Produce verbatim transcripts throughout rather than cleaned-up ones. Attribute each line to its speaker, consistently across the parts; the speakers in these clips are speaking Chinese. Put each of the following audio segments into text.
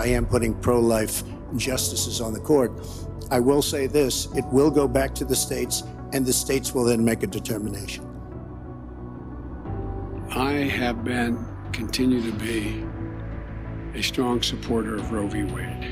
Speaker 1: I am putting pro-life justices on the court. I will say this, it will go back to the states, and the states will then make a determination.
Speaker 2: I have been, continue to be, a strong supporter of Roe v. Wade.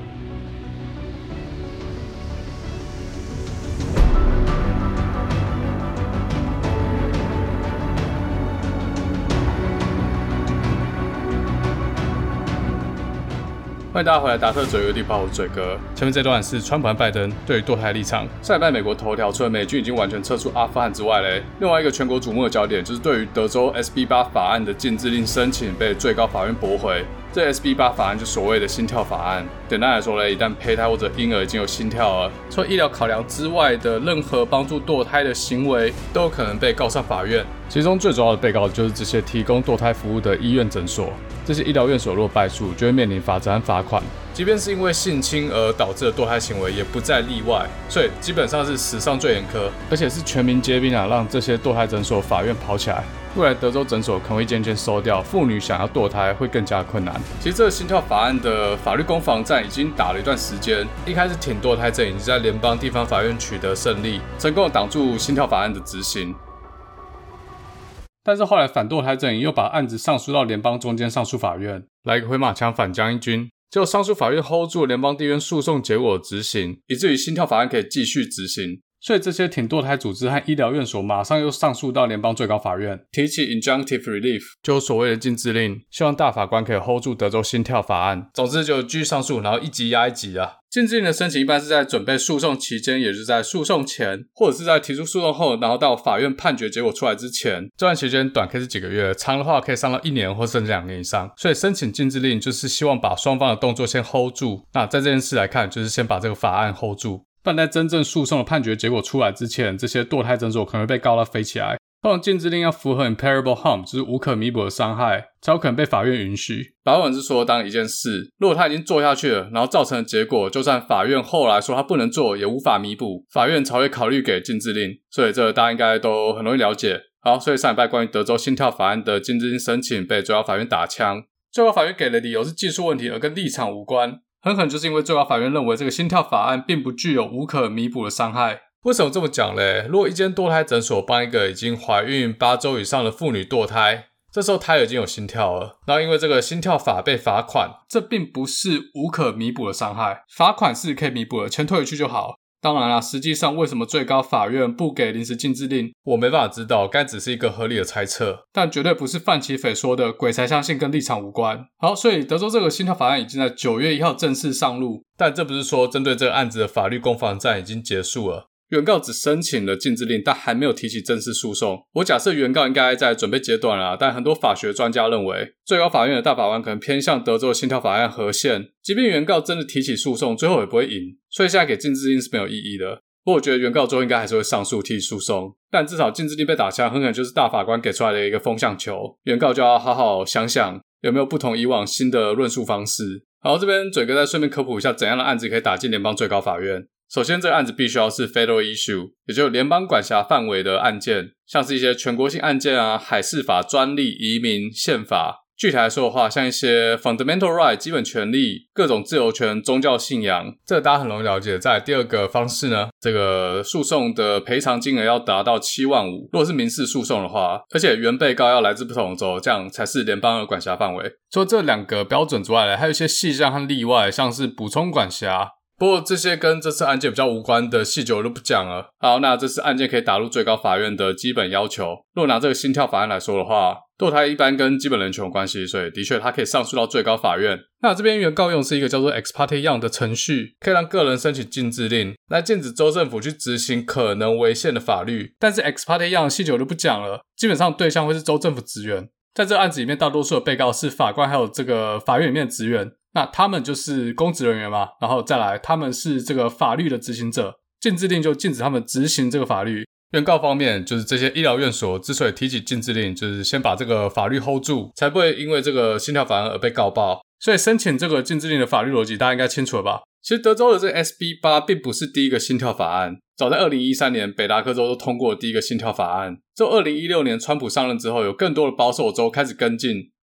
Speaker 3: 欢迎大家回来达特嘴有地炮，我是嘴哥。前面这段是川普和拜登对于堕胎立场。上礼拜美国头条除了美军已经完全撤出阿富汗之外嘞，另外一个全国瞩目的焦点就是对于德州 S B 八 法案的禁制令申请被最高法院驳回。这 S B 八 法案就所谓的心跳法案，简单来说嘞，一旦胚胎或者婴儿已经有心跳了，除了医疗考量之外的任何帮助堕胎的行为都有可能被告上法院。其中最主要的被告就是这些提供堕胎服务的医院诊所，这些医疗院所若败诉，就会面临罚则和罚款。即便是因为性侵而导致的堕胎行为，也不再例外，所以基本上是史上最严苛，而且是全民皆兵啊，让这些堕胎诊所法院跑起来。未来德州诊所可能会渐渐收掉，妇女想要堕胎会更加困难。其实这个心跳法案的法律攻防战已经打了一段时间，一开始挺堕胎阵营在联邦地方法院取得胜利，成功挡住心跳法案的执行。但是后来反堕胎阵营又把案子上诉到联邦中间上诉法院，来一个回马枪反将一军。结果上诉法院 hold 住了联邦地院诉讼结果的执行，以至于心跳法案可以继续执行。所以这些挺堕胎组织和医疗院所马上又上诉到联邦最高法院，提起 injunctive relief， 就所谓的禁制令，希望大法官可以 hold 住德州心跳法案。总之就继续上诉，然后一级压一级啊。禁制令的申请一般是在准备诉讼期间，也就是在诉讼前，或者是在提出诉讼后，然后到法院判决结果出来之前。这段期间短可以是几个月，长的话可以上到一年或甚至两年以上。所以申请禁制令就是希望把双方的动作先 hold 住。那在这件事来看，就是先把这个法案 hold 住。但在真正诉讼的判决结果出来之前，这些堕胎诊所可能会被告到飞起来。通常禁制令要符合 irreparable harm， 就是无可弥补的伤害，才有可能被法院允许。法官是说，当一件事如果他已经做下去了，然后造成的结果，就算法院后来说他不能做，也无法弥补，法院才会考虑给禁制令。所以这个大家应该都很容易了解。好，所以上礼拜关于德州心跳法案的禁制令申请被最高法院打枪，最高法院给的理由是技术问题，而跟立场无关。很可能就是因为最高法院认为这个心跳法案并不具有无可弥补的伤害。为什么这么讲嘞？如果一间堕胎诊所帮一个已经怀孕八周以上的妇女堕胎，这时候胎儿已经有心跳了，然后因为这个心跳法被罚款，这并不是无可弥补的伤害，罚款是可以弥补的，钱退回去就好。当然啦，实际上为什么最高法院不给临时禁制令，我没办法知道，该只是一个合理的猜测，但绝对不是范琪斐说的鬼才相信跟立场无关。好，所以德州这个心跳法案已经在九月一号正式上路，但这不是说针对这个案子的法律攻防战已经结束了。原告只申请了禁制令，但还没有提起正式诉讼。我假设原告应该在准备阶段啦，但很多法学专家认为，最高法院的大法官可能偏向德州的心跳法案合宪，即便原告真的提起诉讼，最后也不会赢，所以现在给禁制令是没有意义的。不过我觉得原告最后应该还是会上诉提起诉讼，但至少禁制令被打枪，很可能就是大法官给出来的一个风向球，原告就要好好想想有没有不同以往新的论述方式。好，这边嘴哥再顺便科普一下怎样的案子可以打进联邦最高法院。首先，这个案子必须要是 federal issue， 也就是联邦管辖范围的案件，像是一些全国性案件啊、海事法、专利、移民、宪法。具体来说的话，像一些 fundamental right 基本权利、各种自由权、宗教信仰，这个大家很容易了解。再来第二个方式呢，这个诉讼的赔偿金额要达到七万五，如果是民事诉讼的话，而且原被告要来自不同的州，这样才是联邦的管辖范围。除了这两个标准之外呢，还有一些细项和例外，像是补充管辖。不过这些跟这次案件比较无关的细节我就不讲了。好，那这次案件可以打入最高法院的基本要求。如果拿这个心跳法案来说的话，堕胎一般跟基本人权有关系，所以的确它可以上诉到最高法院。那这边原告用的是一个叫做 ex parte young 的程序，可以让个人申请禁制令，来禁止州政府去执行可能违宪的法律。但是 ex parte young 的细节我就不讲了，基本上对象会是州政府职员。在这个案子里面，大多数的被告是法官还有这个法院里面的职员，那他们就是公职人员嘛，然后再来他们是这个法律的执行者，禁制令就禁止他们执行这个法律。原告方面就是这些医疗院所之所以提起禁制令，就是先把这个法律 hold 住，才不会因为这个心跳法案而被告爆。所以申请这个禁制令的法律逻辑大家应该清楚了吧。其实德州的这个 S B 八 并不是第一个心跳法案，早在二零一三年北达科州都通过了第一个心跳法案。之后二零一六年川普上任之后，有更多的保守州开始跟进，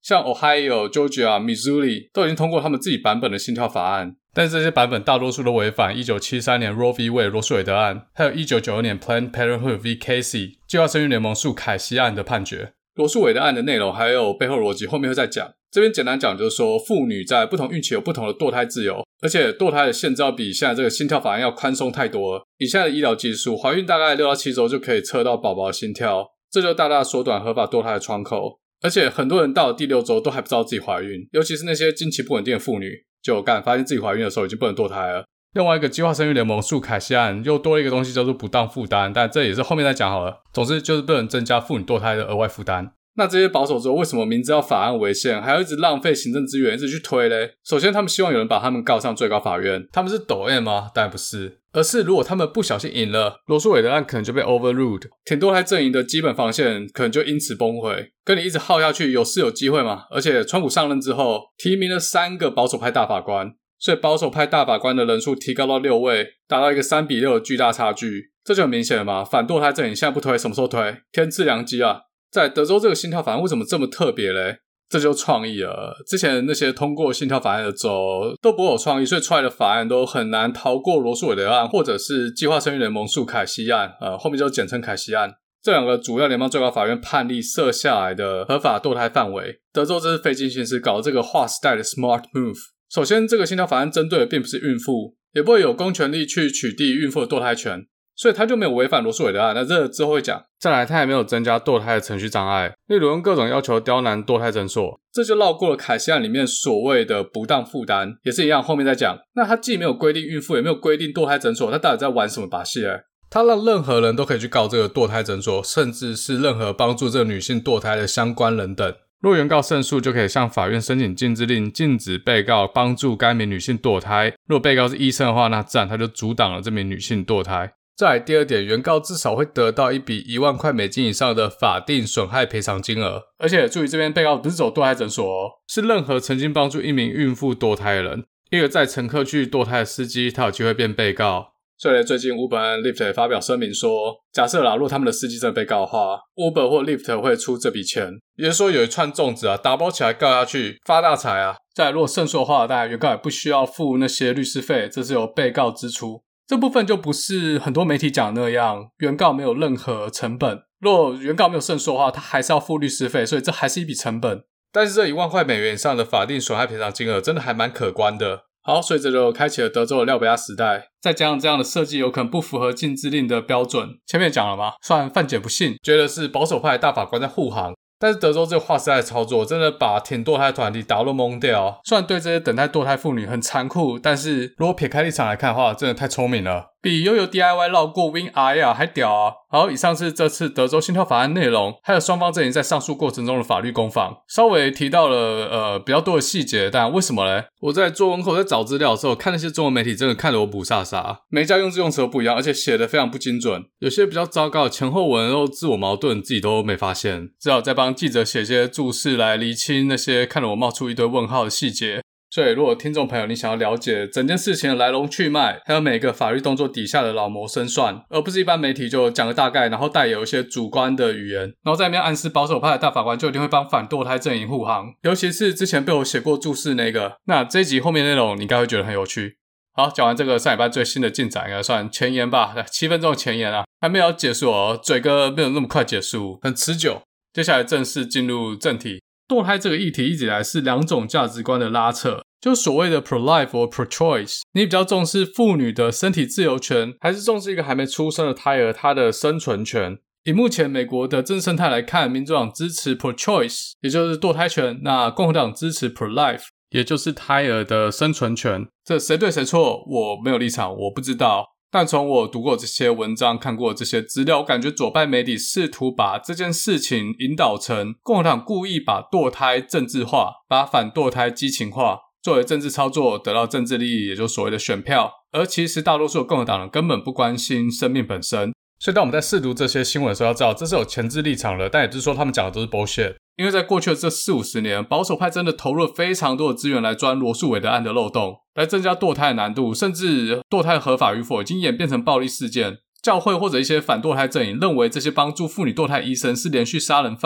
Speaker 3: 像 Ohio、Georgia、Missouri 都已经通过他们自己版本的心跳法案，但是这些版本大多数都违反一九七三年 Roe v. Wade 罗素韦德案，还有一九九二年 Planned Parenthood v. Casey 计划生育联盟诉凯西案的判决。罗素韦德案的内容还有背后逻辑后面会再讲，这边简单讲就是说，妇女在不同孕期有不同的堕胎自由，而且堕胎的限制要比现在这个心跳法案要宽松太多了。以现在的医疗技术，怀孕大概六到七周就可以测到宝宝的心跳，这就大大缩短合法堕胎的窗口。而且很多人到了第六周都还不知道自己怀孕，尤其是那些经期不稳定的妇女，就干发现自己怀孕的时候已经不能堕胎了。另外一个计划生育联盟诉凯西案又多了一个东西叫做不当负担，但这也是后面再讲好了。总之就是不能增加妇女堕胎的额外负担。那这些保守州为什么明知道法案违宪，还要一直浪费行政资源一直去推嘞？首先他们希望有人把他们告上最高法院，他们是抖 M 吗？当然不是，而是如果他们不小心赢了，罗素韦德案可能就被 overruled， 挺堕胎阵营的基本防线可能就因此崩毁。跟你一直耗下去有是有机会嘛？而且川普上任之后提名了三个保守派大法官，所以保守派大法官的人数提高到六位，达到一个三比六的巨大差距，这就很明显了嘛。反堕胎阵营现在不推，什么时候推？天赐良机啊！在德州这个心跳法案为什么这么特别嘞？这就创意了。之前那些通过心跳法案的州都不够有创意，所以出来的法案都很难逃过罗素韦德案或者是计划生育联盟诉凯西案，呃，后面就简称凯西案。这两个主要联邦最高法院判例设下来的合法堕胎范围，德州这是费尽心思搞这个划时代的 smart move。首先，这个心跳法案针对的并不是孕妇，也不会有公权力去取缔孕妇的堕胎权，所以他就没有违反罗素韦德案，那这之后会讲。再来，他也没有增加堕胎的程序障碍，例如用各种要求刁难堕胎诊所，这就绕过了凯西案里面所谓的不当负担，也是一样，后面再讲。那他既没有规定孕妇，也没有规定堕胎诊所，他到底在玩什么把戏欸？他让任何人都可以去告这个堕胎诊所，甚至是任何帮助这个女性堕胎的相关人等。若原告胜诉，就可以向法院申请禁制令，禁止被告帮助该名女性堕胎。若被告是医生的话，那自然他就阻挡了这名女性堕胎。再来第二点，原告至少会得到一笔一万块美金以上的法定损害赔偿金额。而且注意，这边被告不是走堕胎诊所哦，是任何曾经帮助一名孕妇堕胎的人。一个载乘客去堕胎的司机，他有机会变被告。所以最近 Uber 和 Lyft 也发表声明说，假设啦，如果他们的司机真的被告的话， Uber 或 Lyft 会出这笔钱，也就是说有一串粽子啊，打包起来告下去，发大财啊。再来，如果胜诉的话，当然原告也不需要付那些律师费，这是由被告支出。这部分就不是很多媒体讲的那样，原告没有任何成本。若原告没有胜诉的话，他还是要付律师费，所以这还是一笔成本。但是这一万块美元以上的法定损害赔偿金额真的还蛮可观的。好，所以这就开启了德州的廖北亚时代。再加上这样的设计有可能不符合禁制令的标准，前面讲了嘛，算范姐不信，觉得是保守派的大法官在护航。但是德州这个划时代的操作真的把挺堕胎团体打到懵掉。虽然对这些等待堕胎妇女很残酷，但是如果撇开立场来看的话，真的太聪明了，比悠悠 D I Y 绕过 Win R A 还屌啊。好，以上是这次德州心跳法案内容，还有双方阵营在上诉过程中的法律攻防，稍微提到了呃比较多的细节，但为什么呢？我在做功课在找资料的时候，看那些中文媒体真的看得我不煞煞，每一家用字用词都不一样，而且写得非常不精准，有些比较糟糕的前后文都自我矛盾，自己都没发现，只好再帮记者写些注释来厘清那些看得我冒出一堆问号的细节。所以如果听众朋友你想要了解整件事情的来龙去脉，还有每个法律动作底下的老谋深算，而不是一般媒体就讲个大概，然后带有一些主观的语言，然后在那边暗示保守派的大法官就一定会帮反堕胎阵营护航，尤其是之前被我写过注释那个。那这一集后面内容你应该会觉得很有趣。好，讲完这个上礼拜最新的进展，应该算前言吧，七分钟的前言啊，还没有结束哦，嘴哥没有那么快结束，很持久。接下来正式进入正题。堕胎这个议题一直以来是两种价值观的拉扯，就是所谓的 pro-life 或 pro-choice， 你比较重视妇女的身体自由权，还是重视一个还没出生的胎儿它的生存权？以目前美国的政治生态来看，民主党支持 pro-choice， 也就是堕胎权，那共和党支持 pro-life， 也就是胎儿的生存权。这谁对谁错，我没有立场，我不知道。但从我读过这些文章，看过这些资料，我感觉左派媒体试图把这件事情引导成共和党故意把堕胎政治化，把反堕胎激情化，作为政治操作得到政治利益，也就是所谓的选票。而其实大多数的共和党人根本不关心生命本身。所以当我们在试读这些新闻的时候，要知道这是有前置立场的，但也不是说他们讲的都是 bullshit。因为在过去的这四五十年，保守派真的投入了非常多的资源来钻罗素韦德案的漏洞，来增加堕胎的难度，甚至堕胎合法与否已经演变成暴力事件。教会或者一些反堕胎阵营认为这些帮助妇女堕胎医生是连续杀人犯，他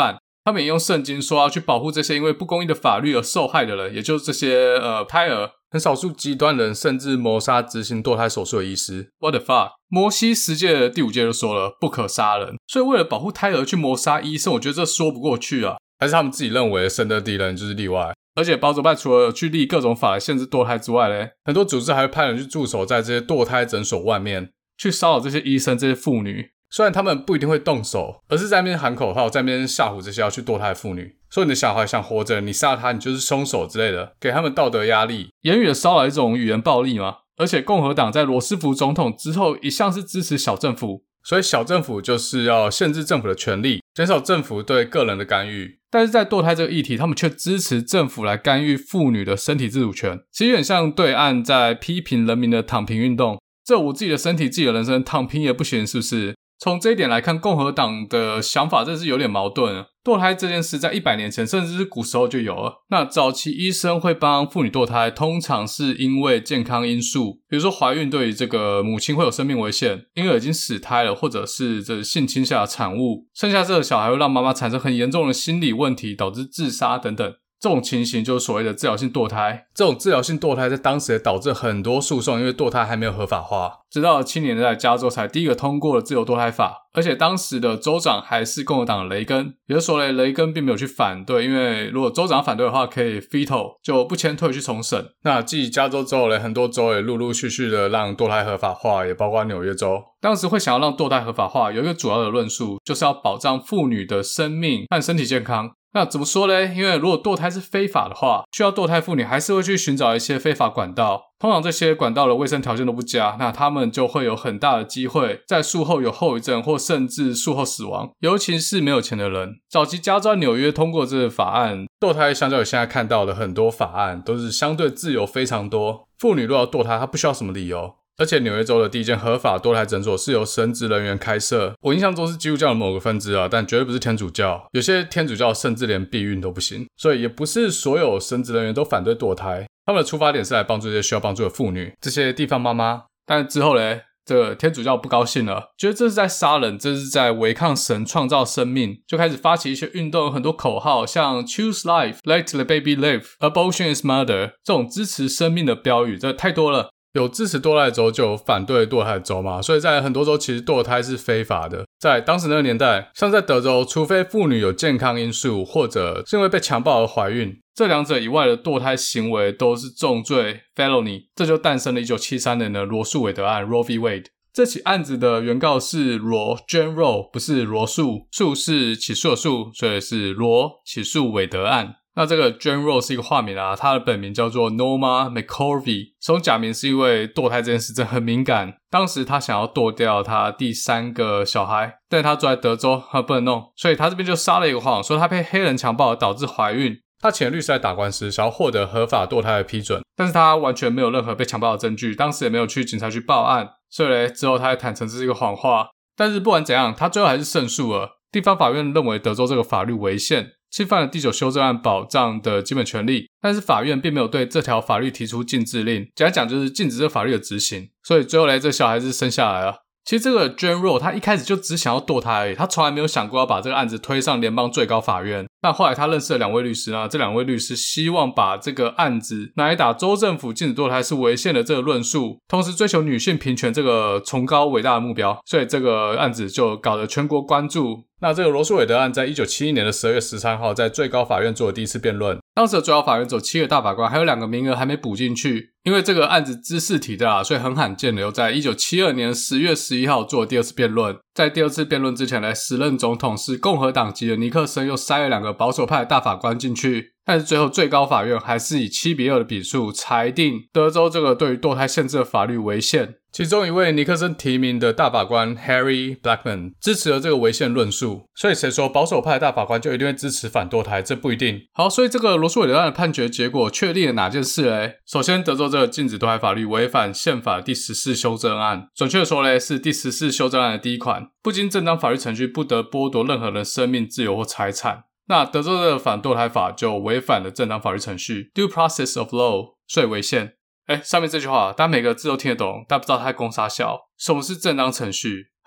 Speaker 3: 他们引用圣经说要去保护这些因为不公义的法律而受害的人，也就是这些呃胎儿。很少数极端人甚至谋杀执行堕胎手术的医师。 What the fuck？ 摩西十诫的第五诫就说了不可杀人，所以为了保护胎儿去谋杀医生，我觉得这说不过去啊。还是他们自己认为神的敌人就是例外。而且保守派除了去立各种法来限制堕胎之外咧，很多组织还会派人去驻守在这些堕胎诊所外面，去骚扰这些医生这些妇女。虽然他们不一定会动手，而是在那边喊口号，在那边吓唬这些要去堕胎的妇女，说你的小孩想活着，你杀他你就是凶手之类的，给他们道德压力。言语的骚扰一种语言暴力嘛。而且共和党在罗斯福总统之后一向是支持小政府，所以小政府就是要限制政府的权力，减少政府对个人的干预。但是在堕胎这个议题，他们却支持政府来干预妇女的身体自主权，其实有点像对岸在批评人民的躺平运动。这我自己的身体自己的人生，躺平也不行是不是？从这一点来看，共和党的想法真是有点矛盾。堕胎这件事在一百年前甚至是古时候就有了。那早期医生会帮妇女堕胎，通常是因为健康因素，比如说怀孕对于这个母亲会有生命危险，婴儿已经死胎了，或者是这性侵下的产物，生下这个小孩会让妈妈产生很严重的心理问题，导致自杀等等。这种情形就是所谓的治疗性堕胎。这种治疗性堕胎在当时也导致很多诉讼，因为堕胎还没有合法化。直到七零年代加州才第一个通过了自由堕胎法，而且当时的州长还是共和党的雷根。也就是说雷根并没有去反对，因为如果州长反对的话可以 veto， 就不签退去重审。那继加州之后咧，很多州也陆陆续续的让堕胎合法化，也包括纽约州。当时会想要让堕胎合法化，有一个主要的论述，就是要保障妇女的生命和身体健康。那怎么说呢？因为如果堕胎是非法的话，需要堕胎妇女还是会去寻找一些非法管道，通常这些管道的卫生条件都不佳，那他们就会有很大的机会在术后有后遗症或甚至术后死亡，尤其是没有钱的人。早期加州纽约通过这个法案，堕胎相较于现在看到的很多法案都是相对自由非常多，妇女如果要堕胎她不需要什么理由。而且纽约州的第一间合法堕胎诊所是由神职人员开设，我印象中是基督教的某个分支啊，但绝对不是天主教。有些天主教甚至连避孕都不行，所以也不是所有神职人员都反对堕胎，他们的出发点是来帮助这些需要帮助的妇女，这些地方妈妈。但之后咧，这个天主教不高兴了，觉得这是在杀人，这是在违抗神创造生命，就开始发起一些运动，有很多口号，像 Choose Life, Let the Baby Live, Abortion is Murder 这种支持生命的标语，这太多了。有支持堕胎的州就有反对堕胎的州嘛，所以在很多州其实堕胎是非法的。在当时那个年代，像在德州，除非妇女有健康因素或者是因为被强暴而怀孕，这两者以外的堕胎行为都是重罪 felony， 这就诞生了一九七三年的罗诉韦德案 Roe v. Wade。这起案子的原告是罗 Jane Roe， 不是罗诉，诉是起诉的诉，所以是罗起诉韦德案。那这个 Jane Roe 是一个化名啊，她的本名叫做 Norma McCorvey， 使用假名是因为堕胎这件事真的很敏感，当时她想要堕掉她第三个小孩，但她住在德州，她不能弄，所以她这边就撒了一个谎，说她被黑人强暴而导致怀孕。她请律师来打官司，想要获得合法堕胎的批准，但是她完全没有任何被强暴的证据，当时也没有去警察局报案，所以咧之后她也坦诚这是一个谎话。但是不管怎样，她最后还是胜诉了。地方法院认为德州这个法律违宪，侵犯了第九修正案保障的基本权利，但是法院并没有对这条法律提出禁制令，简单讲就是禁止这法律的执行，所以最后咧这小孩子生下来了。其实这个 Jane Roe 他一开始就只想要堕胎而已，他从来没有想过要把这个案子推上联邦最高法院。但后来他认识了两位律师呢，这两位律师希望把这个案子拿来打州政府禁止堕胎是违宪的这个论述，同时追求女性平权这个崇高伟大的目标，所以这个案子就搞得全国关注。那这个罗诉韦德案在一九七一年的十二月十三号在最高法院做了第一次辩论，当时的最高法院只有七个大法官，还有两个名额还没补进去，因为这个案子知识题的啦，所以很罕见的又在一九七二年十月十一号做了第二次辩论。在第二次辩论之前呢，时任总统是共和党籍的尼克森又塞了两个保守派的大法官进去，但是最后最高法院还是以七比二的比数裁定德州这个对于堕胎限制的法律违宪。其中一位尼克森提名的大法官 Harry Blackmun 支持了这个违宪论述，所以谁说保守派的大法官就一定会支持反堕胎？这不一定。好，所以这个罗诉韦德案的判决结果确定了哪件事嘞？首先，德州这个禁止堕胎法律违反宪法第十四修正案，准确的说嘞，是第十四修正案的第一款，不经正当法律程序不得剥夺任何人生命、自由或财产。那德州的反堕胎法就违反了正当法律程序 Due process of law， 所以违宪。诶，上面这句话大家每个字都听得懂，但不知道它在攻啥小。什么是正当程序？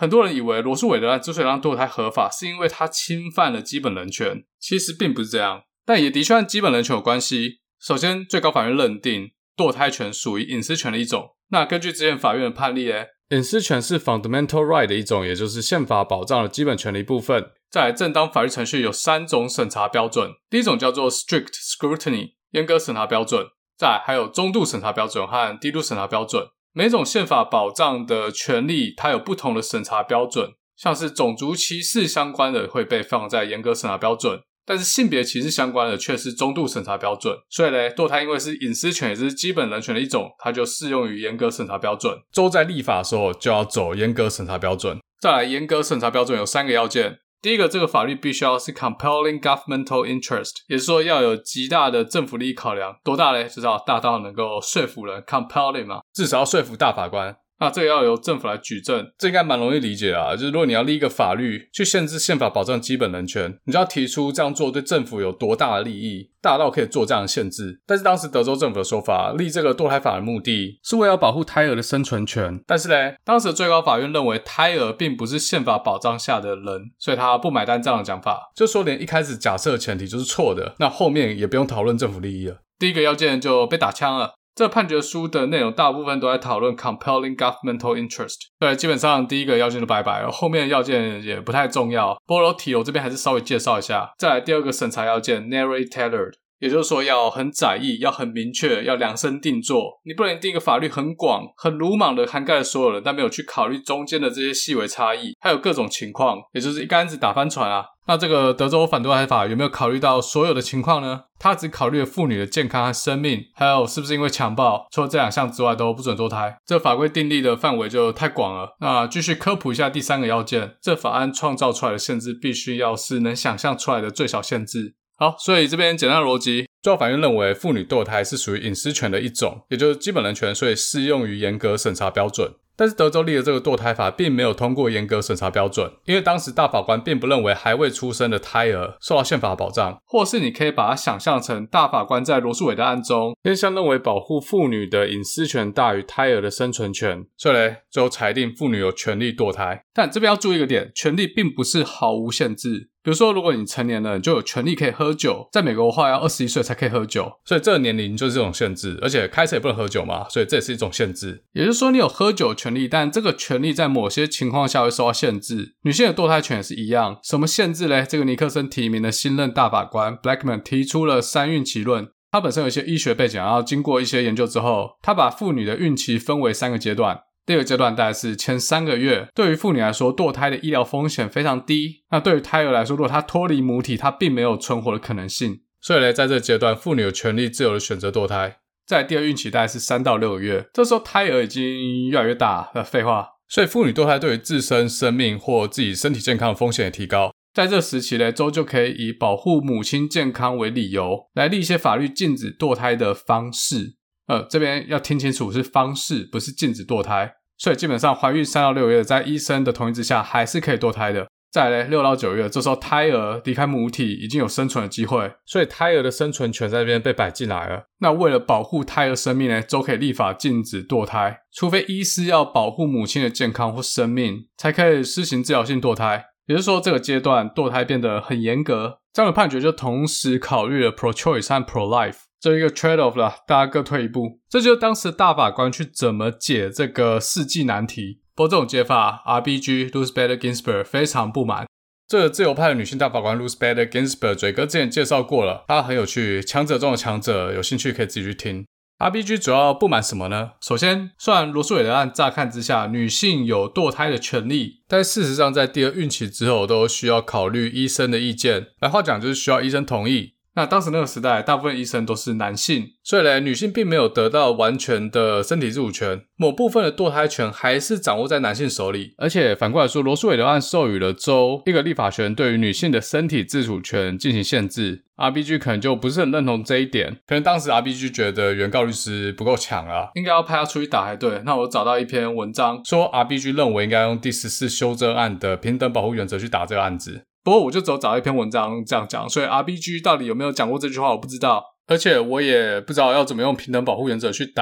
Speaker 3: 很多人以为罗素韦德案之所以让堕胎合法，是因为它侵犯了基本人权，其实并不是这样，但也的确和基本人权有关系。首先，最高法院认定堕胎权属于隐私权的一种。那根据之前法院的判例咧，隐私权是 fundamental right 的一种，也就是宪法保障的基本权的一部分。再来，正当法律程序有三种审查标准，第一种叫做 strict scrutiny 严格审查标准，再来还有中度审查标准和低度审查标准。每种宪法保障的权利它有不同的审查标准，像是种族歧视相关的会被放在严格审查标准，但是性别歧视相关的却是中度审查标准。所以咧，堕胎因为是隐私权也是基本人权的一种，它就适用于严格审查标准。州在立法的时候就要走严格审查标准。再来，严格审查标准有三个要件。第一个，这个法律必须要是 compelling governmental interest， 也就是说要有极大的政府利益考量。多大咧？至少大到能够说服人 compelling 嘛，至少要说服大法官。那这个要由政府来举证，这应该蛮容易理解啊。就是如果你要立一个法律去限制宪法保障基本人权，你就要提出这样做对政府有多大的利益，大到可以做这样的限制。但是当时德州政府的说法，立这个堕胎法的目的是为了保护胎儿的生存权。但是咧，当时的最高法院认为胎儿并不是宪法保障下的人，所以他不买单这样的讲法，就说连一开始假设的前提就是错的，那后面也不用讨论政府利益了。第一个要件就被打枪了。这判决书的内容大部分都在讨论 compelling governmental interest， 对，基本上第一个要件就拜拜了，后面的要件也不太重要，不过题我这边还是稍微介绍一下。再来第二个审查要件 narrowly tailored， 也就是说要很窄义，要很明确，要量身定做。你不能定一个法律很广很鲁莽的涵盖了所有人，但没有去考虑中间的这些细微差异，还有各种情况，也就是一竿子打翻船啊。那这个德州反堕胎法有没有考虑到所有的情况呢？他只考虑了妇女的健康和生命，还有是不是因为强暴，除了这两项之外都不准堕胎。这法规订立的范围就太广了。那继续科普一下第三个要件，这法案创造出来的限制必须要是能想象出来的最小限制。好，所以这边简单的逻辑，最高法院认为妇女堕胎是属于隐私权的一种，也就是基本人权，所以适用于严格审查标准。但是德州立的这个堕胎法并没有通过严格审查标准，因为当时大法官并不认为还未出生的胎儿受到宪法保障，或是你可以把它想象成大法官在罗素韦德案中偏向认为保护妇女的隐私权大于胎儿的生存权，所以咧最后裁定妇女有权利堕胎。但这边要注意一个点，权利并不是毫无限制。比如说如果你成年了，你就有权利可以喝酒，在美国的话要二十一岁才可以喝酒，所以这个年龄就是这种限制，而且开车也不能喝酒嘛，所以这也是一种限制。也就是说你有喝酒的权利，但这个权利在某些情况下会受到限制。女性的堕胎权也是一样，什么限制咧？这个尼克森提名的新任大法官 Blackmun 提出了三孕期论，他本身有一些医学背景，然后经过一些研究之后，他把妇女的孕期分为三个阶段。第二个阶段大概是前三个月，对于妇女来说堕胎的医疗风险非常低，那对于胎儿来说，如果她脱离母体，她并没有存活的可能性，所以呢，在这个阶段妇女有权利自由的选择堕胎。再来第二孕期大概是三到六个月，这时候胎儿已经越来越大了，废话，所以妇女堕胎对于自身生命或自己身体健康的风险也提高。在这时期呢，州就可以以保护母亲健康为理由来立一些法律禁止堕胎的方式。呃，这边要听清楚，是方式，不是禁止堕胎。所以基本上怀孕三到六个月，在医生的同意之下，还是可以堕胎的。再来六到九个月，这时候胎儿离开母体已经有生存的机会，所以胎儿的生存权在这边被摆进来了。那为了保护胎儿生命呢，州可以立法禁止堕胎，除非医师要保护母亲的健康或生命，才可以施行治疗性堕胎。也就是说，这个阶段堕胎变得很严格。这样的判决就同时考虑了 pro-choice 和 pro-life。这一个 trade-off 啦，大家各退一步。这就是当时的大法官去怎么解这个世纪难题。不过这种解法 R B G Ruth Bader Ginsburg 非常不满。这个自由派的女性大法官 Ruth Bader Ginsburg 嘴哥之前介绍过了，她很有趣，强者中的强者，有兴趣可以自己去听。R B G 主要不满什么呢？首先，虽然罗素韦德案乍看之下女性有堕胎的权利，但事实上在第二孕期之后都需要考虑医生的意见，白话讲就是需要医生同意。那当时那个时代大部分医生都是男性，所以呢，女性并没有得到完全的身体自主权，某部分的堕胎权还是掌握在男性手里。而且反过来说，罗素韦德案授予了州一个立法权对于女性的身体自主权进行限制。R B G 可能就不是很认同这一点，可能当时 R B G 觉得原告律师不够强啊，应该要派他出去打才对。那我找到一篇文章说 R B G 认为应该用第十四修正案的平等保护原则去打这个案子，不过我就只有找到一篇文章这样讲，所以 R B G 到底有没有讲过这句话我不知道，而且我也不知道要怎么用平等保护原则去打。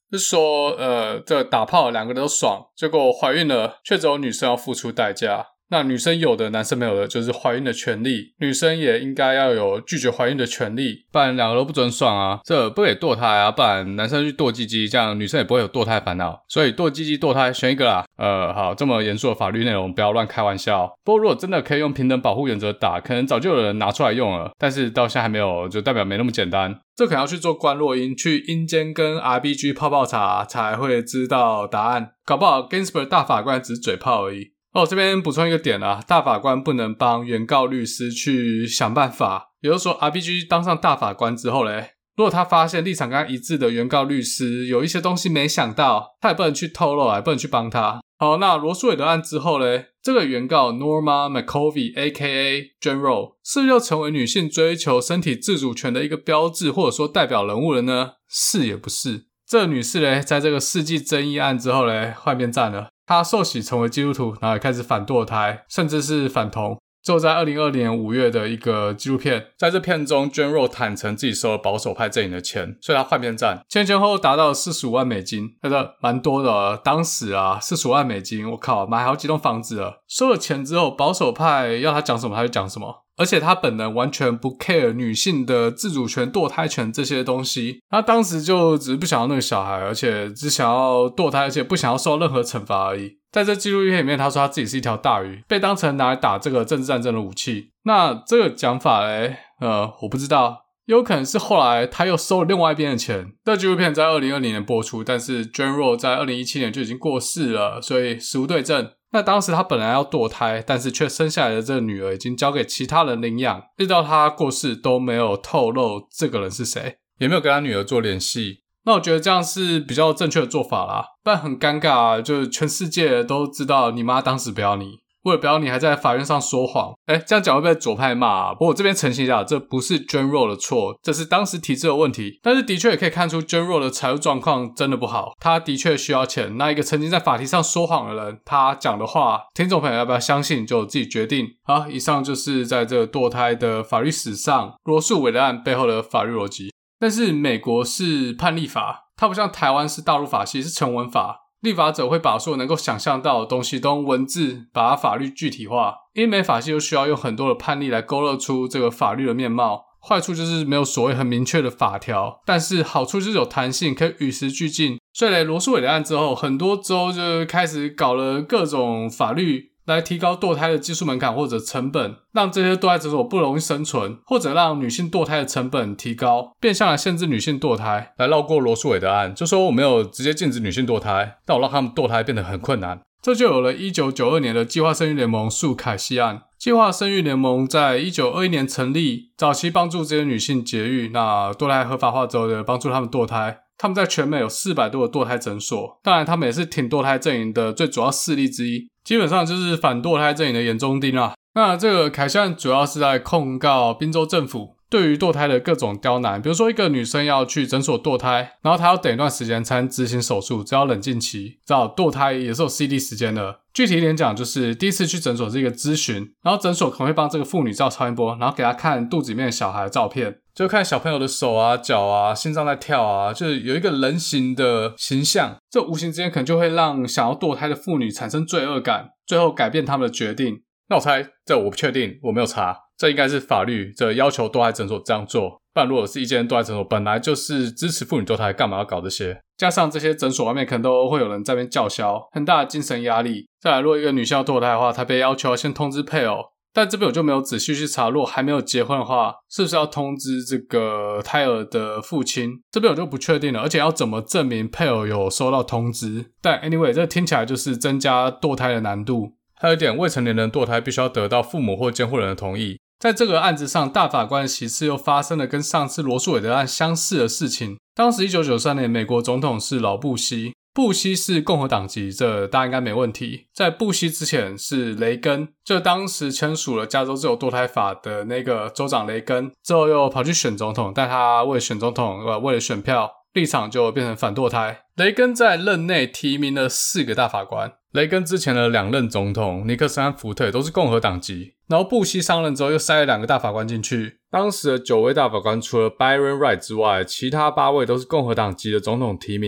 Speaker 3: 就是说呃，这打炮两个人都爽，结果怀孕了却只有女生要付出代价。那女生有的男生没有的就是怀孕的权利，女生也应该要有拒绝怀孕的权利，不然两个都不准爽啊，这不可以堕胎啊，不然男生去堕鸡鸡，这样女生也不会有堕胎烦恼，所以堕鸡鸡堕胎选一个啦。呃，好，这么严肃的法律内容不要乱开玩笑。不过如果真的可以用平等保护原则打，可能早就有人拿出来用了，但是到现在还没有，就代表没那么简单。这可能要去做关落音，去阴间跟 R B G 泡泡茶才会知道答案，搞不好 Ginsburg 大法官只是嘴炮而已。哦，这边补充一个点啊，大法官不能帮原告律师去想办法，也就是说 R B G 当上大法官之后咧，如果他发现立场跟他一致的原告律师有一些东西没想到，他也不能去透露，也不能去帮他。好，那罗素韦德案之后咧，这个原告 Norma McCovey A K A Jane Roe 是不是又成为女性追求身体自主权的一个标志或者说代表人物了呢？是也不是。这个女士咧，在这个世纪争议案之后咧，换边站了。她受洗成为基督徒，然后也开始反堕胎，甚至是反同。之后在二零二零年五月的一个纪录片，在这片中 Jane Roe 坦诚自己收了保守派阵营的钱，所以她换边站，前前后后达到四十五万美金，那个蛮多的。当时啊四十五万美金，我靠，买好几栋房子了。收了钱之后，保守派要他讲什么他就讲什么，而且他本人完全不 care 女性的自主权、堕胎权这些东西。他当时就只是不想要那个小孩，而且只想要堕胎，而且不想要受任何惩罚而已。在这纪录片里面，他说他自己是一条大鱼，被当成拿来打这个政治战争的武器。那这个讲法咧，呃，我不知道，有可能是后来他又收了另外一边的钱。这纪录片在二零二零年播出，但是 Jane Roe 在二零一七年就已经过世了，所以实无对证。那当时他本来要堕胎，但是却生下来的这个女儿已经交给其他人领养，一直到他过世都没有透露这个人是谁，也没有跟他女儿做联系。那我觉得这样是比较正确的做法啦，不然很尴尬啊，就是全世界都知道你妈当时不要你，为了不要你还在法院上说谎。诶，这样讲会被左派骂啊。不过我这边澄清一下，这不是 Jane Roe 的错，这是当时体制的问题。但是的确也可以看出 Jane Roe 的财务状况真的不好，他的确需要钱。那一个曾经在法庭上说谎的人，他讲的话，听众朋友要不要相信就自己决定。好，以上就是在这个堕胎的法律史上罗素韦德案背后的法律逻辑。但是美国是判例法，它不像台湾是大陆法系，是成文法。立法者会把所有能够想象到的东西都用文字把它法律具体化，英美法系又需要用很多的判例来勾勒出这个法律的面貌。坏处就是没有所谓很明确的法条，但是好处就是有弹性，可以与时俱进。所以在罗素韦德案之后，很多州就开始搞了各种法律来提高堕胎的技术门槛或者成本，让这些堕胎诊所不容易生存，或者让女性堕胎的成本提高，变相来限制女性堕胎，来绕过罗素韦德案，就说我没有直接禁止女性堕胎，但我让他们堕胎变得很困难。这就有了一九九二年的计划生育联盟诉凯西案。计划生育联盟在一九二一年成立，早期帮助这些女性节育，那堕胎合法化之后的帮助他们堕胎。他们在全美有四百多个堕胎诊所，当然他们也是挺堕胎阵营的最主要势力之一，基本上就是反堕胎阵营的眼中钉啦。那这个凯西案主要是在控告宾州政府对于堕胎的各种刁难，比如说一个女生要去诊所堕胎，然后她要等一段时间才能执行手术，只要冷静期，知道堕胎也是有 C D 时间的。具体一点讲，就是第一次去诊所是一个咨询，然后诊所可能会帮这个妇女照超音波，然后给她看肚子里面的小孩的照片，就看小朋友的手啊、脚啊、心脏在跳啊，就是有一个人形的形象，这无形之间可能就会让想要堕胎的妇女产生罪恶感，最后改变他们的决定。那我猜，这我不确定，我没有查，这应该是法律这要求堕胎诊所这样做，不然如果是一间堕胎诊所本来就是支持妇女堕胎，干嘛要搞这些？加上这些诊所外面可能都会有人在那边叫嚣，很大的精神压力。再来，如果一个女性要堕胎的话，她被要求要先通知配偶，但这边我就没有仔细去查，如果还没有结婚的话，是不是要通知这个胎儿的父亲？这边我就不确定了，而且要怎么证明配偶有收到通知？但 anyway， 这听起来就是增加堕胎的难度。还有一点，未成年人堕胎必须要得到父母或监护人的同意。在这个案子上，大法官的席次又发生了跟上次罗素韦德案相似的事情。当时一九九三年美国总统是老布希，布希是共和党籍，这大家应该没问题。在布希之前是雷根，就当时签署了加州自由堕胎法的那个州长雷根，之后又跑去选总统，但他为了选总统，呃，为了选票，立场就变成反堕胎。雷根在任内提名了四个大法官，雷根之前的两任总统尼克森和福特都是共和党籍，然后布希上任之后又塞了两个大法官进去。当时的九位大法官除了 Byron Wright 之外，其他八位都是共和党籍的总统提名的。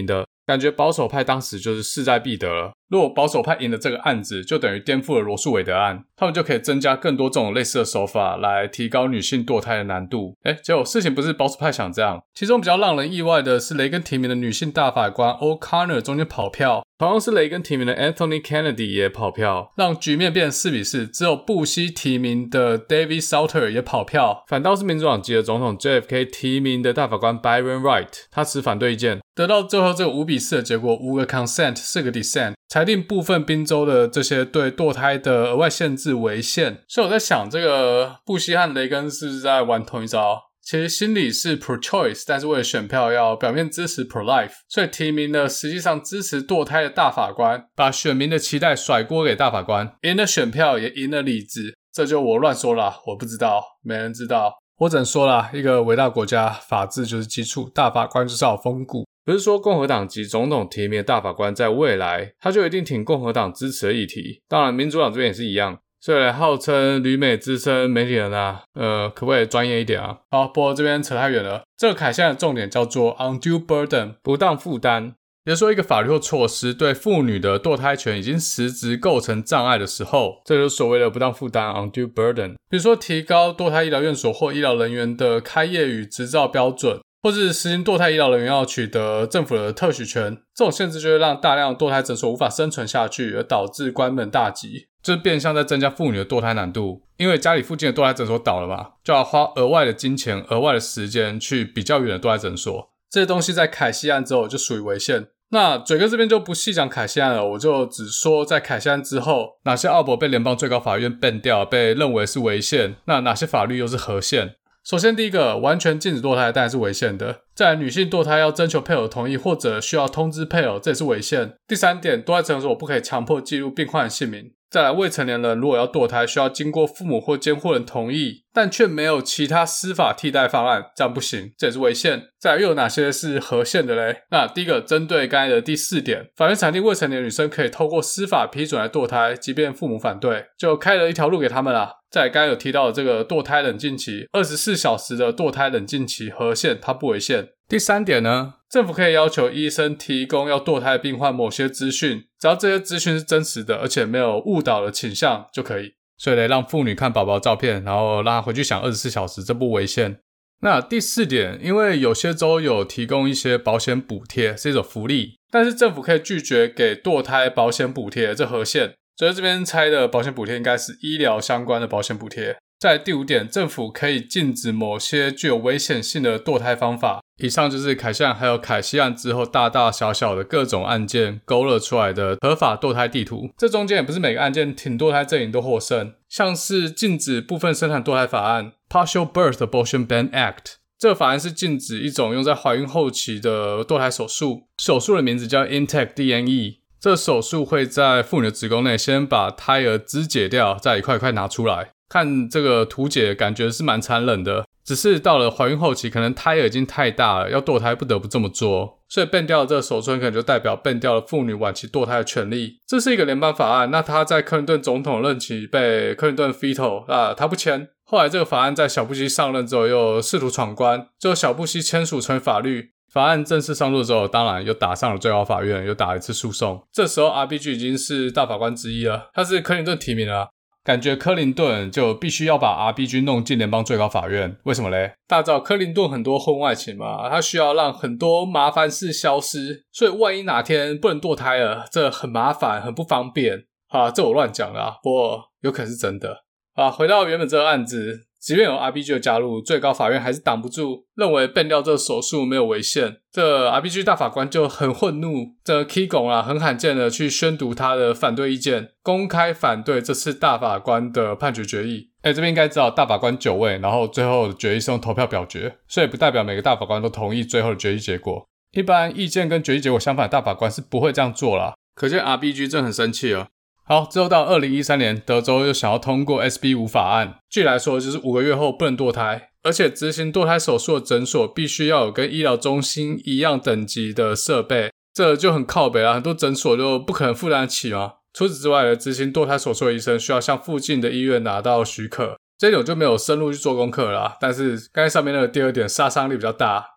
Speaker 3: 感觉保守派当时就是势在必得了。如果保守派赢了这个案子，就等于颠覆了罗素韦德案，他们就可以增加更多这种类似的手法来提高女性堕胎的难度。诶，结果事情不是保守派想这样，其中比较让人意外的是雷根提名的女性大法官 O'Connor 中间跑票，同样是雷根提名的 Anthony Kennedy 也跑票，让局面变四比四，只有布希提名的 David Souter 也跑票，反倒是民主党籍的总统 J F K 提名的大法官 Byron Wright 他持反对意见，得到最后这个五比四的结果，五个 consent 四个 dissent， 裁定部分宾州的这些对堕胎的额外限制违宪。所以我在想，这个布希和雷根是不是在玩同一招？其实心里是 pro-choice， 但是为了选票要表面支持 pro-life， 所以提名了实际上支持堕胎的大法官，把选民的期待甩锅给大法官，赢了选票也赢了理智。这就我乱说啦，我不知道，没人知道。我只能说啦，一个伟大国家，法治就是基础，大法官就是要风骨。不是说共和党籍总统提名的大法官在未来他就一定挺共和党支持的议题，当然民主党这边也是一样。所以号称旅美资深媒体人啊，呃，可不可以专业一点啊？好，不过这边扯太远了。这个凯西案的重点叫做 undue burden， 不当负担。也就是说，一个法律或措施对妇女的堕胎权已经实质构成障碍的时候，这就是所谓的不当负担 undue burden。比如说，提高堕胎医疗院所或医疗人员的开业与执照标准，或是实行堕胎医疗人员要取得政府的特许权，这种限制就会让大量堕胎诊所无法生存下去，而导致关门大吉。就是变相在增加妇女的堕胎难度，因为家里附近的堕胎诊所倒了嘛，就要花额外的金钱、额外的时间去比较远的堕胎诊所。这些东西在凯西案之后就属于违宪。那嘴哥这边就不细讲凯西案了，我就只说在凯西案之后，哪些奥博被联邦最高法院 ban 掉，被认为是违宪，那哪些法律又是合宪。首先第一个，完全禁止堕胎当然是违宪的。再来，女性堕胎要征求配偶同意或者需要通知配偶，这也是违宪。第三点，堕胎诊所不可以强迫记录病患的姓名。再来，未成年人如果要堕胎需要经过父母或监护人同意，但却没有其他司法替代方案，这样不行，这也是违宪。再来，又有哪些是合宪的嘞？那第一个，针对刚才的第四点，法院裁定未成年女生可以透过司法批准来堕胎，即便父母反对，就开了一条路给他们啦。再来，刚才有提到的这个堕胎冷静期，二十四小时的堕胎冷静期合宪，它不违宪。第三点呢，政府可以要求医生提供要堕胎的病患某些资讯，只要这些资讯是真实的，而且没有误导的倾向就可以。所以来让妇女看宝宝照片，然后让她回去想二十四小时，这不违宪。那第四点，因为有些州有提供一些保险补贴，是一种福利，但是政府可以拒绝给堕胎保险补贴，这合宪。所以这边猜的保险补贴应该是医疗相关的保险补贴。再来第五点，政府可以禁止某些具有危险性的堕胎方法。以上就是凯西案还有凯西案之后大大小小的各种案件勾勒出来的合法堕胎地图。这中间也不是每个案件挺堕胎阵营都获胜，像是禁止部分生产堕胎法案 Partial Birth Abortion Ban Act， 这个法案是禁止一种用在怀孕后期的堕胎手术，手术的名字叫 Intec D N E。这手术会在妇女的子宫内先把胎儿肢解掉，再一块一块拿出来。看这个图解感觉是蛮残忍的，只是到了怀孕后期，可能胎儿已经太大了，要堕胎不得不这么做，所以ban掉了这个手术可能就代表ban掉了妇女晚期堕胎的权利。这是一个联邦法案，那他在克林顿总统任期被克林顿 veto， 啊，他不签。后来这个法案在小布希上任之后又试图闯关，最后小布希签署成为法律。法案正式上路之后，当然又打上了最高法院，又打了一次诉讼。这时候 R B G 已经是大法官之一了，他是克林顿提名了，感觉克林顿就必须要把 R B G 弄进联邦最高法院。为什么嘞？大家知道克林顿很多婚外情嘛，他需要让很多麻烦事消失，所以万一哪天不能堕胎了，这很麻烦很不方便啊，这我乱讲啦，不过有可能是真的啊。回到原本这个案子，即便有 R B G 的加入，最高法院还是挡不住，认为ban掉这个手术没有违宪。这 R B G 大法官就很愤怒，这 Kegon 啊，很罕见的去宣读他的反对意见，公开反对这次大法官的判决决议。诶，这边应该知道大法官九位，然后最后的决议是用投票表决，所以不代表每个大法官都同意最后的决议结果。一般意见跟决议结果相反的大法官是不会这样做啦，可见 R B G 真的很生气了。好，之后到二零一三年，德州又想要通过 S B 五 法案，据来说就是五个月后不能堕胎，而且执行堕胎手术的诊所必须要有跟医疗中心一样等级的设备，这就很靠北啦，很多诊所就不可能负担得起嘛。除此之外，执行堕胎手术的医生需要向附近的医院拿到许可，这种就没有深入去做功课啦。但是刚才上面那个第二点杀伤力比较大，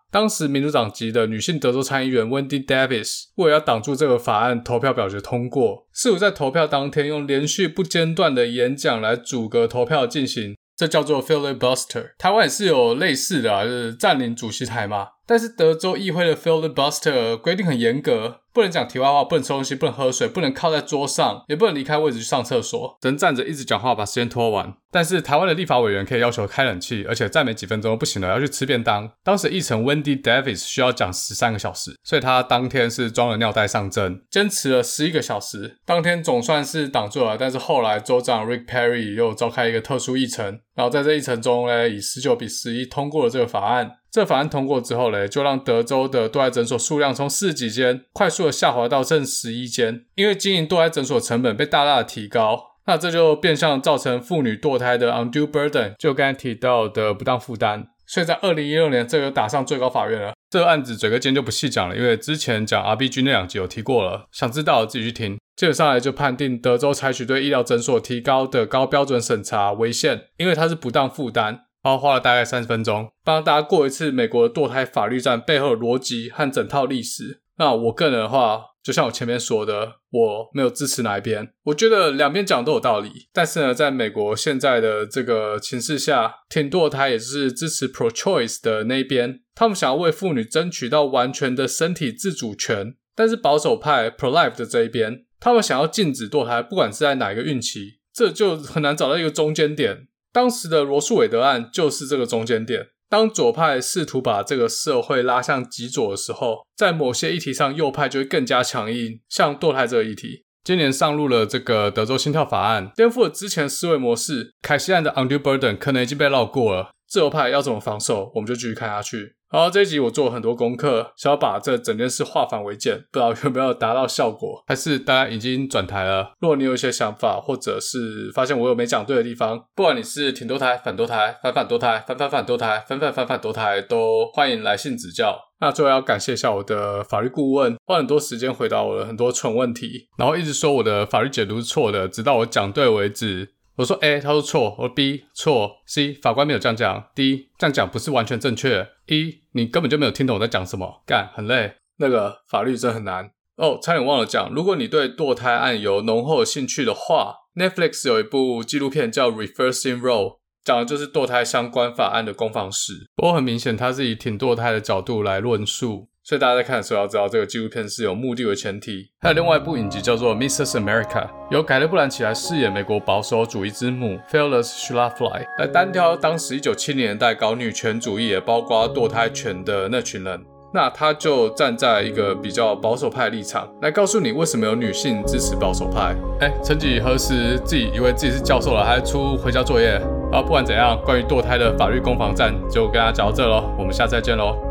Speaker 3: 当时民主党籍的女性德州参议员 Wendy Davis 为了要挡住这个法案投票表决通过，试图在投票当天用连续不间断的演讲来阻隔投票进行，这叫做 filibuster。 台湾也是有类似的啊，就是占领主席台嘛。但是德州议会的 filibuster 规定很严格，不能讲题外话，不能吃东西，不能喝水，不能靠在桌上，也不能离开位置去上厕所，只能站着一直讲话把时间拖完。但是台湾的立法委员可以要求开冷气，而且再没几分钟不行了，要去吃便当。当时议程 Wendy Davis 需要讲十三个小时，所以他当天是装了尿袋上阵，坚持了十一个小时。当天总算是挡住了，但是后来州长 Rick Perry 又召开一个特殊议程，然后在这议程中呢，以十九比十一通过了这个法案。这个法案通过之后呢，就让德州的堕胎诊所数量从四十几间快速的下滑到剩十一间，因为经营堕胎诊所成本被大大的提高，那这就变相造成妇女堕胎的 undue burden， 就刚才提到的不当负担。所以在二零一六年这个打上最高法院了。这个案子嘴哥今天就不细讲了，因为之前讲 R B G 那两集有提过了，想知道自己去听。接着上来就判定德州采取对医疗诊所提高的高标准审查违宪，因为它是不当负担。然后花了大概三十分钟帮大家过一次美国的堕胎法律战背后的逻辑和整套历史。那我个人的话，就像我前面说的，我没有支持哪一边，我觉得两边讲都有道理。但是呢，在美国现在的这个情势下，挺堕胎也就是支持 pro-choice 的那一边，他们想要为妇女争取到完全的身体自主权。但是保守派 pro-life 的这一边，他们想要禁止堕胎，不管是在哪一个孕期，这就很难找到一个中间点。当时的罗素韦德案就是这个中间点。当左派试图把这个社会拉向极左的时候，在某些议题上右派就会更加强硬，像堕胎这个议题。今年上路了这个德州心跳法案，颠覆了之前思维模式，凯西案的 undue burden 可能已经被绕过了，自由派要怎么防守，我们就继续看下去。好，这一集我做了很多功课，想要把这整件事化繁为简，不知道有没有达到效果，还是大家已经转台了。如果你有一些想法，或者是发现我有没讲对的地方，不管你是挺堕胎、反堕胎、反反堕胎、反反反堕胎、反反反反堕胎，都欢迎来信指教。那最后要感谢一下我的法律顾问，花很多时间回答我的很多蠢问题，然后一直说我的法律解读是错的，直到我讲对为止。我说 A， 他说错，我说 B 错， C 法官没有这样讲， D 这样讲不是完全正确， E 你根本就没有听懂我在讲什么，干很累，那个法律真很难。哦，差点忘了讲，如果你对堕胎案有浓厚的兴趣的话， Netflix 有一部纪录片叫 Reversing Roe， 讲的就是堕胎相关法案的攻防史，不过很明显它是以挺堕胎的角度来论述，所以大家在看的时候要知道这个纪录片是有目的为前提。还有另外一部影集叫做 Missus America， 由凯特·布兰奇来饰演美国保守主义之母 Phyllis Schlafly， 来单挑当时一九七零年代搞女权主义也包括堕胎权的那群人。那他就站在一个比较保守派的立场来告诉你为什么有女性支持保守派。诶，曾几何时自己以为自己是教授了还出回家作业啊，不管怎样，关于堕胎的法律攻防战就跟大家讲到这咯，我们下次再见咯。